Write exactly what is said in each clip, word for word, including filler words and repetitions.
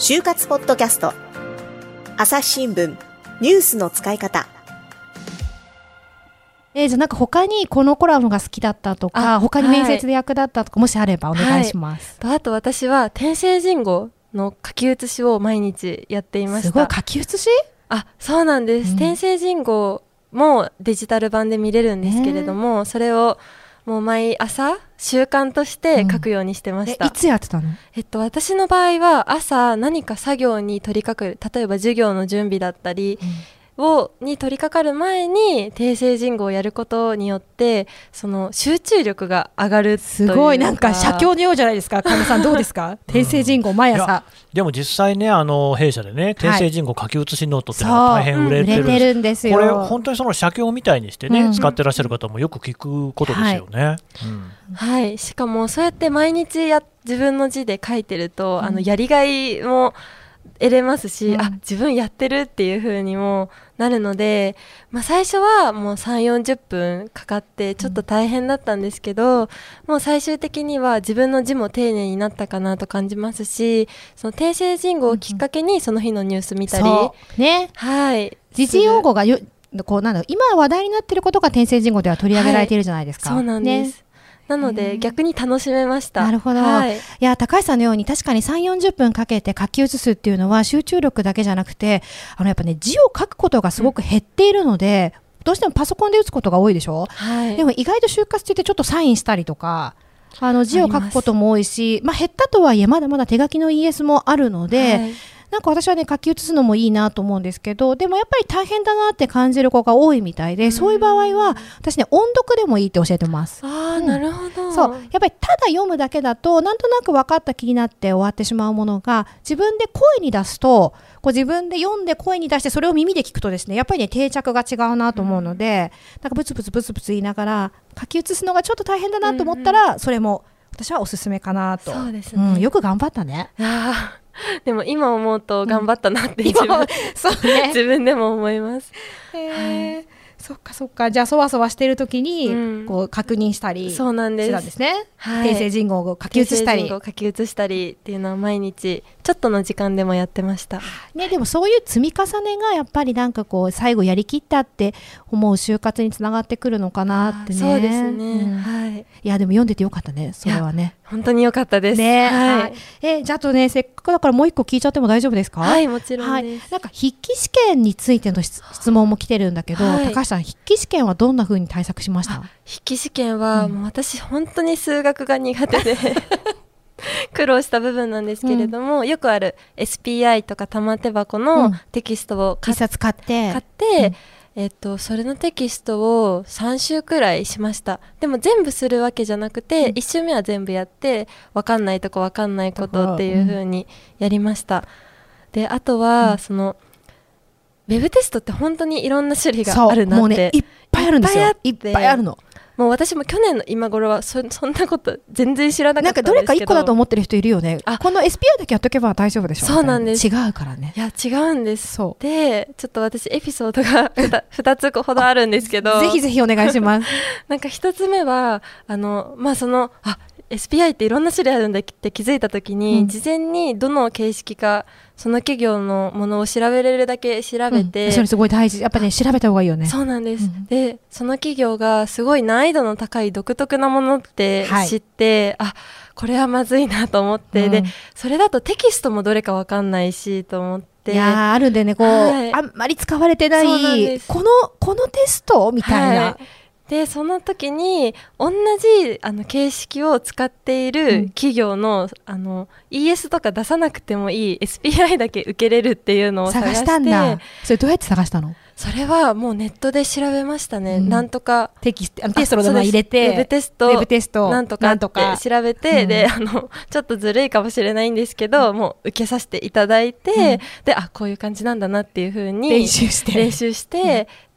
就活ポッドキャスト、朝日新聞ニュースの使い方。 えー、じゃあなんか他にこのコラムが好きだったとか、他に面接で役立ったとか、もしあればお願いします。 はい、あと私は天聖人語の書き写しを毎日やっていました。 すごい、書き写し？ あ、そうなんです、うん、天聖人語もデジタル版で見れるんですけれども、えー、それをもう毎朝習慣として書くようにしてました。 うん、いつやってたの？ えっと、私の場合は朝何か作業に取り掛かる、例えば授業の準備だったり、うんをに取り掛かる前に天聖人語をやることによってその集中力が上がるというか。 すごい、なんか写経のようじゃないですか。神田さんどうですか？天聖人語毎朝。 でも実際ね、あの弊社でね、天聖人語書き写しノートっていうのが大変売れてるんです、 うん、売れてるんですよ。 これ本当にその写経みたいにしてね、うん、使ってらっしゃる方もよく聞くことですよね。はい、 うんはい、しかもそうやって毎日や自分の字で書いてると、うん、あのやりがいも得れますし、うん、あ自分やってるっていう風にもなるので、まあ、最初はもうさんじゅうよんじゅっぷんかかってちょっと大変だったんですけど、うん、もう最終的には自分の字も丁寧になったかなと感じますし、その天聖人語をきっかけにその日のニュース見たり、 そうね、 はい、 時事用語がよこうなんだろう、今話題になっていることが天聖人語では取り上げられているじゃないですか。 はい、そうなんです、ね、なので逆に楽しめました。 なるほど、はい、いや高橋さんのように確かにさんじゅうよんじゅっぷんかけて書き写すっていうのは集中力だけじゃなくて、あのやっぱね、字を書くことがすごく減っているので、うん、どうしてもパソコンで打つことが多いでしょ、はい、でも意外と就活中ってちょっとサインしたりとかあの字を書くことも多いし、まあ、減ったとはいえまだまだ手書きの イーエス もあるので、はい、なんか私はね書き写すのもいいなと思うんですけど、でもやっぱり大変だなって感じる子が多いみたいで、そういう場合は私ね音読でもいいって教えてます。 あー、うん、なるほど。 そう、やっぱりただ読むだけだとなんとなく分かった気になって終わってしまうものが、自分で声に出すとこう自分で読んで声に出してそれを耳で聞くとですね、やっぱりね定着が違うなと思うので、うん、なんかブツブツブツブツ言いながら書き写すのがちょっと大変だなと思ったら、うんうん、それも私はおすすめかなと。 そうですね、 うん、よく頑張ったね。 あでも今思うと頑張ったなって自分、うんそうね、自分でも思います。 へー、はい、そっかそっか。じゃあそわそわしてる時に、うん、こう確認したりそうなんですしてたんですね。 はい、 天聖人語を書き写したり書き写したりっていうのは毎日ちょっとの時間でもやってました、 ね、でもそういう積み重ねがやっぱりなんかこう最後やりきったって思う就活につながってくるのかなってね。 そうですね、うん、はい、 いやでも読んでてよかったね、それはね。 本当に良かったです、 ね、 はいはい、えじゃああとね、せっかくだからもう一個聞いちゃっても大丈夫ですか？ はい、もちろんです、 はい、なんか筆記試験についての質問も来てるんだけど、はい、高橋さん筆記試験はどんな風に対策しました？ 筆記試験はもう私本当に数学が苦手で苦労した部分なんですけれども、うん、よくある エスピーアイ とか玉手箱のテキストを一冊買って買って、うん、えっと、それのテキストをさん週くらいしました。でも全部するわけじゃなくて、うん、いち週目は全部やって分かんないとこ分かんないことっていう風にやりました、うん、であとは、うん、そのウェブテストって本当にいろんな種類があるなって、 もうね、いっぱいあるんですよ。いっぱいあるの。 もう私も去年の今頃は そ, そんなこと全然知らなかったんですけど、 なんかどれかいっこだと思ってる人いるよね。この エスピーアイ だけやっとけば大丈夫でしょ。 そうなんです。 違うからね。 いや違うんです。そうでちょっと私エピソードが 2, ふたつほどあるんですけどぜひぜひお願いしますなんかひとつめはあのまあそのあエスピーアイ っていろんな種類あるんだって気づいたときに、うん、事前にどの形式かその企業のものを調べれるだけ調べて、 うん、それすごい大事。やっぱね調べた方がいいよね。 そうなんです、うん、でその企業がすごい難易度の高い独特なものって知って、はい、あこれはまずいなと思って、うん、でそれだとテキストもどれか分かんないしと思って、 いやあるんでねこう、はい、あんまり使われてないこのこのテストみたいな、はい、 でその時に同じあの形式を使っている企業の、うん、あの イーエス とか出さなくてもいい エスピーアイ だけ受けれるっていうのを探して探したんだ。それどうやって探したの？ それはもうネットで調べましたね、うん、なんとかテキスト、あのテストの名前入れてウェブテスト、 ウェブテストなんとかって調べて、うん、であのちょっとずるいかもしれないんですけど、うん、もう受けさせていただいて、うん、であこういう感じなんだなっていう風に練習して練習して、うん、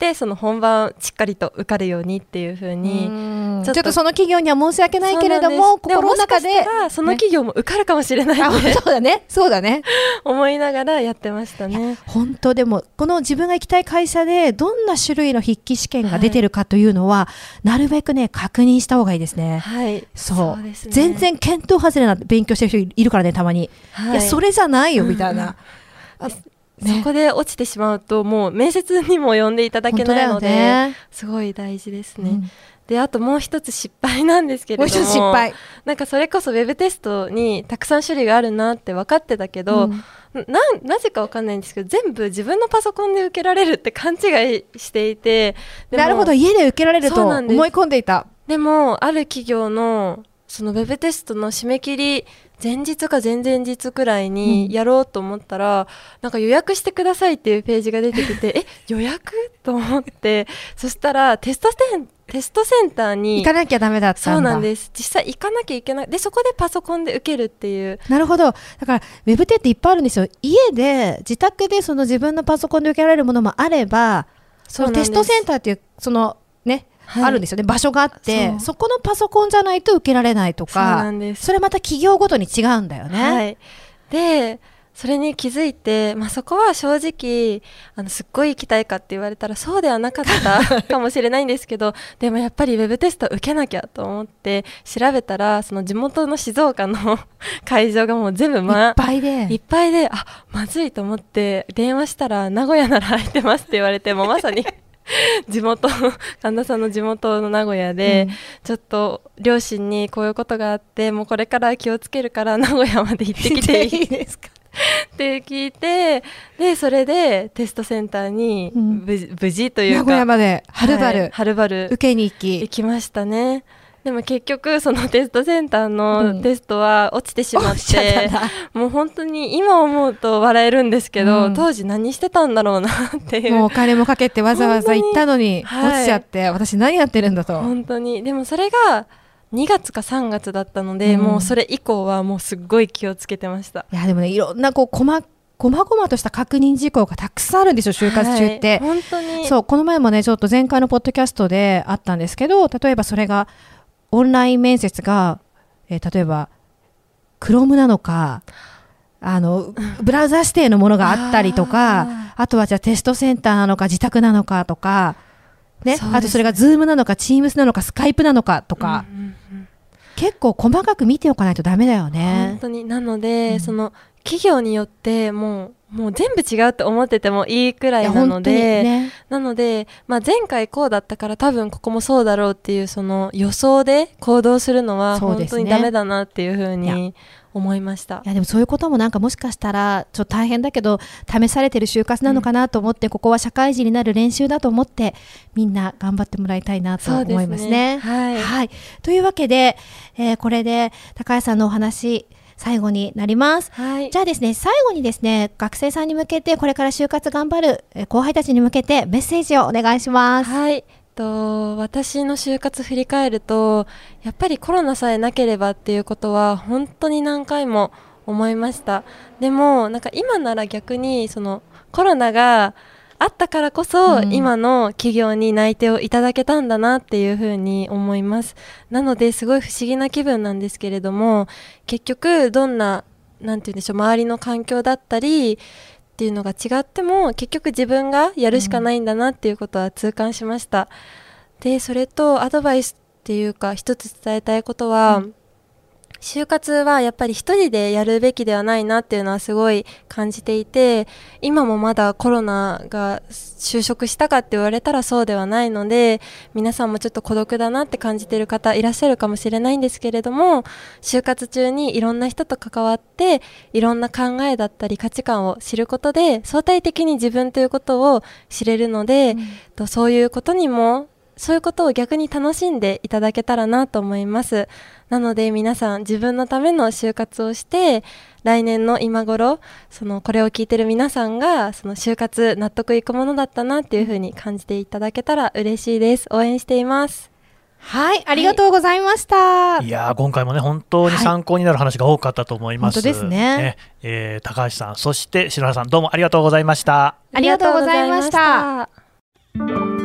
ってその本番しっかりと受かるようにっていう風にちょっとその企業には申し訳ないけれども心の中で、 でももしかしたらその企業も受かるかもしれないって、 ね、そうだねそうだね思いながらやってましたね。 本当でもこの自分が行きたい会社でどんな種類の筆記試験が出てるかというのは、はい、なるべくね確認した方がいいですね。 はいそう、 そうですね、 全然見当外れな勉強してる人いるからねたまに、はい、いやそれじゃないよみたいな、 あね、そこで落ちてしまうともう面接にも呼んでいただけないので、ね、すごい大事ですね、うん、であともう一つ失敗なんですけれども、 もう一つ失敗なんかそれこそウェブテストにたくさん種類があるなって分かってたけど、うん、な, なぜか分かんないんですけど全部自分のパソコンで受けられるって勘違いしていて、でもなるほど家で受けられると思い込んでいた。 でもある企業のそのウェブテストの締め切り前日か前々日くらいにやろうと思ったら、うん、なんか予約してくださいっていうページが出てきてえ予約と思ってそしたらテストセンテストセンターに行かなきゃダメだったんだ。 そうなんです。実際行かなきゃいけないでそこでパソコンで受けるっていう。 なるほど。だからウェブテっていっぱいあるんですよ。家で自宅でその自分のパソコンで受けられるものもあればそのテストセンターっていうそのねはい、あるんですよね場所があってそ, そこのパソコンじゃないと受けられないとか、そうなんです。それまた企業ごとに違うんだよね、 はい、でそれに気づいて、まあ、そこは正直あのすっごい行きたいかって言われたらそうではなかったかもしれないんですけどでもやっぱりウェブテスト受けなきゃと思って調べたらその地元の静岡の会場がもう全部、ま、 いっぱいでいっぱいであまずいと思って電話したら名古屋なら空いてますって言われてもうまさに地元神田さんの地元の名古屋で、うん、ちょっと両親にこういうことがあってもうこれから気をつけるから名古屋まで行ってきていいですかって聞いてでそれでテストセンターに 無,、うん、無事というか名古屋まではるばる、 はい、はるばる受けに行き行きましたね。でも結局そのテストセンターのテストは落ちてしまって、うん、もう本当に今思うと笑えるんですけど、うん、当時何してたんだろうなっていう。 もうお金もかけてわざわざ行ったのに落ちちゃって、はい、私何やってるんだと。 本当にでもそれがにがつかさんがつだったので、うん、もうそれ以降はもうすっごい気をつけてました。 いやでもねいろんなこう細こまごまとした確認事項がたくさんあるんですよ就活中って、 はい、本当にそうこの前もねちょっと前回のポッドキャストであったんですけど例えばそれがオンライン面接が、えー、例えば Chrome なのかあのブラウザ指定のものがあったりとかあ, あとはじゃあテストセンターなのか自宅なのかとか、ね、あとそれが Zoom なのか Teams なのか Skype なのかとか、うんうんうん、結構細かく見ておかないとダメだよね。 本当になので、うん、その企業によってもうもう全部違うって思っててもいいくらいなので、ね、なので、まあ、前回こうだったから多分ここもそうだろうっていうその予想で行動するのは本当にダメだなっていうふうに思いました。 いやでもそういうこともなんかもしかしたらちょっと大変だけど試されてる就活なのかなと思って、うん、ここは社会人になる練習だと思ってみんな頑張ってもらいたいなと思いますね。 はいはい、というわけで、えー、これで高橋さんのお話最後になります、はい、じゃあですね最後にですね学生さんに向けてこれから就活頑張る後輩たちに向けてメッセージをお願いします。 はい、と私の就活振り返るとやっぱりコロナさえなければっていうことは本当に何回も思いました。でもなんか今なら逆にそのコロナがあったからこそ、うん、今の企業に内定をいただけたんだなっていうふうに思います。なのですごい不思議な気分なんですけれども結局どんななんて言うんでしょう周りの環境だったりっていうのが違っても結局自分がやるしかないんだなっていうことは痛感しました、うん、でそれとアドバイスっていうか一つ伝えたいことは、うん就活はやっぱり一人でやるべきではないなっていうのはすごい感じていて今もまだコロナが就職したかって言われたらそうではないので皆さんもちょっと孤独だなって感じている方いらっしゃるかもしれないんですけれども就活中にいろんな人と関わっていろんな考えだったり価値観を知ることで相対的に自分ということを知れるので、うん、とそういうことにもそういうことを逆に楽しんでいただけたらなと思います。なので皆さん自分のための就活をして来年の今頃そのこれを聞いてる皆さんがその就活納得いくものだったなっていう風に感じていただけたら嬉しいです。応援しています。 はい、ありがとうございました。はい、いや今回もね本当に参考になる話が多かったと思います。 はい、本当ですね。 ねえー、高橋さんそして篠原さんどうもありがとうございました。 ありがとうございました。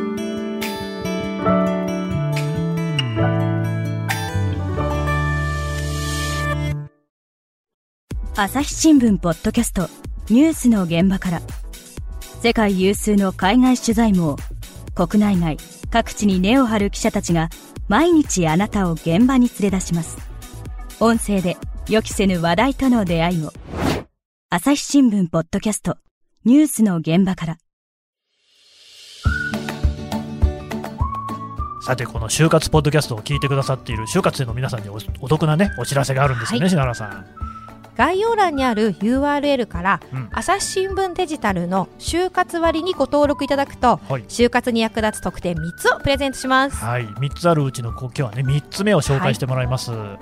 朝日新聞ポッドキャストニュースの現場から、世界有数の海外取材網、国内外各地に根を張る記者たちが毎日あなたを現場に連れ出します。音声で予期せぬ話題との出会いを。朝日新聞ポッドキャストニュースの現場から。 さて、この就活ポッドキャストを聞いてくださっている就活生の皆さんに お, お得な、ね、お知らせがあるんですよね、はい、篠原さん。 概要欄にある ユーアールエル から、うん、朝日新聞デジタルの就活割にご登録いただくと、はい、就活に役立つ特典みっつをプレゼントします。 はい、みっつあるうちの今日は、ね、みっつめを紹介してもらいます、はい、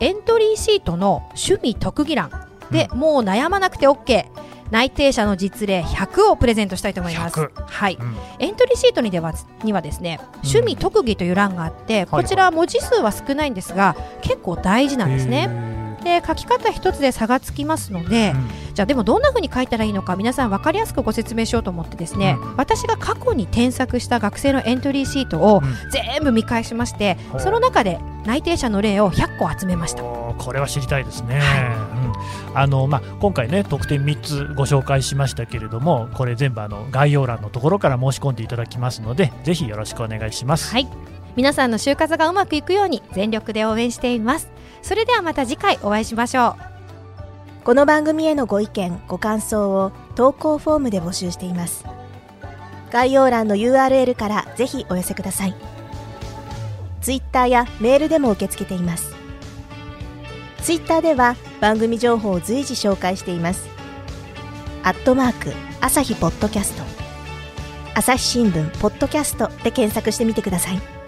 エントリーシートの趣味特技欄で、うん、もう悩まなくて OK、内定者の実例ひゃくをプレゼントしたいと思います。はい、うん、エントリーシートにではにはですね、趣味特技という欄があって、うん、こちらは文字数は少ないんですが、はいはい、結構大事なんですね。で、書き方一つで差がつきますので、うん、じゃあでもどんな風に書いたらいいのか、皆さん分かりやすくご説明しようと思ってですね、うん、私が過去に添削した学生のエントリーシートを全部見返しまして、うん、その中で内定者の例をひゃっこ集めました。 これは知りたいですね、はい、うん、あのまあ、今回ね特典みっつご紹介しましたけれども、これ全部あの概要欄のところから申し込んでいただきますので、ぜひよろしくお願いします。 はい、皆さんの就活がうまくいくように全力で応援しています。それではまた次回お会いしましょう。 この番組へのご意見ご感想を投稿フォームで募集しています。概要欄の ユーアールエル からぜひお寄せください。ツイッターやメールでも受け付けています。ツイッターでは番組情報を随時紹介しています。アットマーク朝日ポッドキャスト、朝日新聞ポッドキャストで検索してみてください。